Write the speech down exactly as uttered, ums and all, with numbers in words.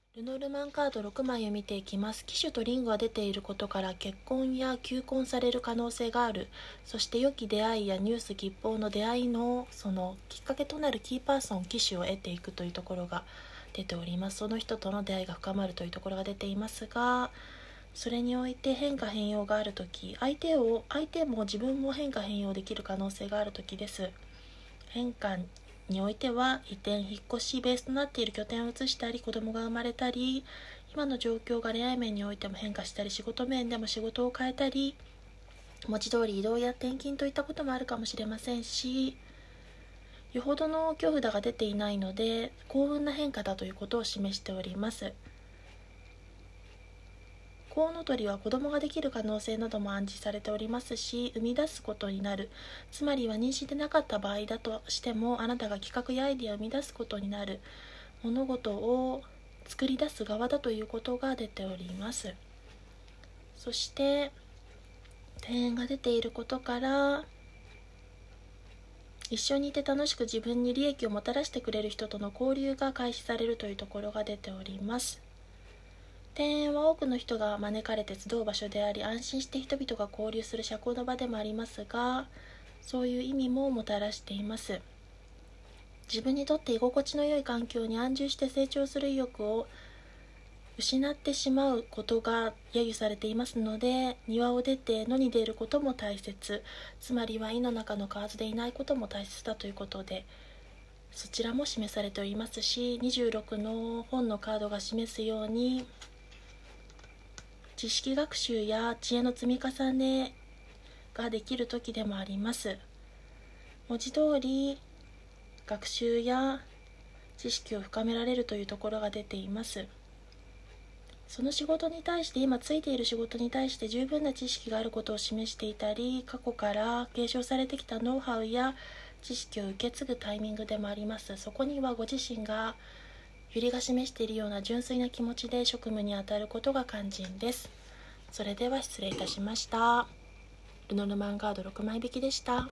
ルノルマンカードろくまいを見ていきます。騎手とリングが出ていることから結婚や求婚される可能性がある。そして良き出会いやニュース吉報の出会いのそのきっかけとなるキーパーソン、騎手を得ていくというところが出ております。その人との出会いが深まるというところが出ていますが、それにおいて変化変容があるとき、相手を相手も自分も変化変容できる可能性があるときです。変化においては移転、引っ越し、ベースとなっている拠点を移したり、子供が生まれたり、今の状況が恋愛面においても変化したり、仕事面でも仕事を変えたり、文字通り移動や転勤といったこともあるかもしれませんし、よほどの恐怖だが出ていないので幸運な変化だということを示しております。コウノトリは子供ができる可能性なども暗示されておりますし、生み出すことになる、つまりは妊娠でなかった場合だとしても、あなたが企画やアイデアを生み出すことになる、物事を作り出す側だということが出ております。そして庭園が出ていることから、一緒にいて楽しく自分に利益をもたらしてくれる人との交流が開始されるというところが出ております。庭園は多くの人が招かれて集う場所であり、安心して人々が交流する社交の場でもありますが、そういう意味ももたらしています。自分にとって居心地の良い環境に安住して成長する意欲を失ってしまうことが揶揄されていますので、庭を出て野に出ることも大切、つまりは井の中の蛙でいないことも大切だということで、そちらも示されておりますし、にじゅうろくの本のカードが示すように、知識学習や知恵の積み重ねができる時でもあります。文字通り学習や知識を深められるというところが出ています。その仕事に対して、今ついている仕事に対して十分な知識があることを示していたり、過去から継承されてきたノウハウや知識を受け継ぐタイミングでもあります。そこにはご自身がゆりが示しているような純粋な気持ちで職務に当たることが肝心です。それでは失礼いたしました。ルノルマンカードろくまい引きでした。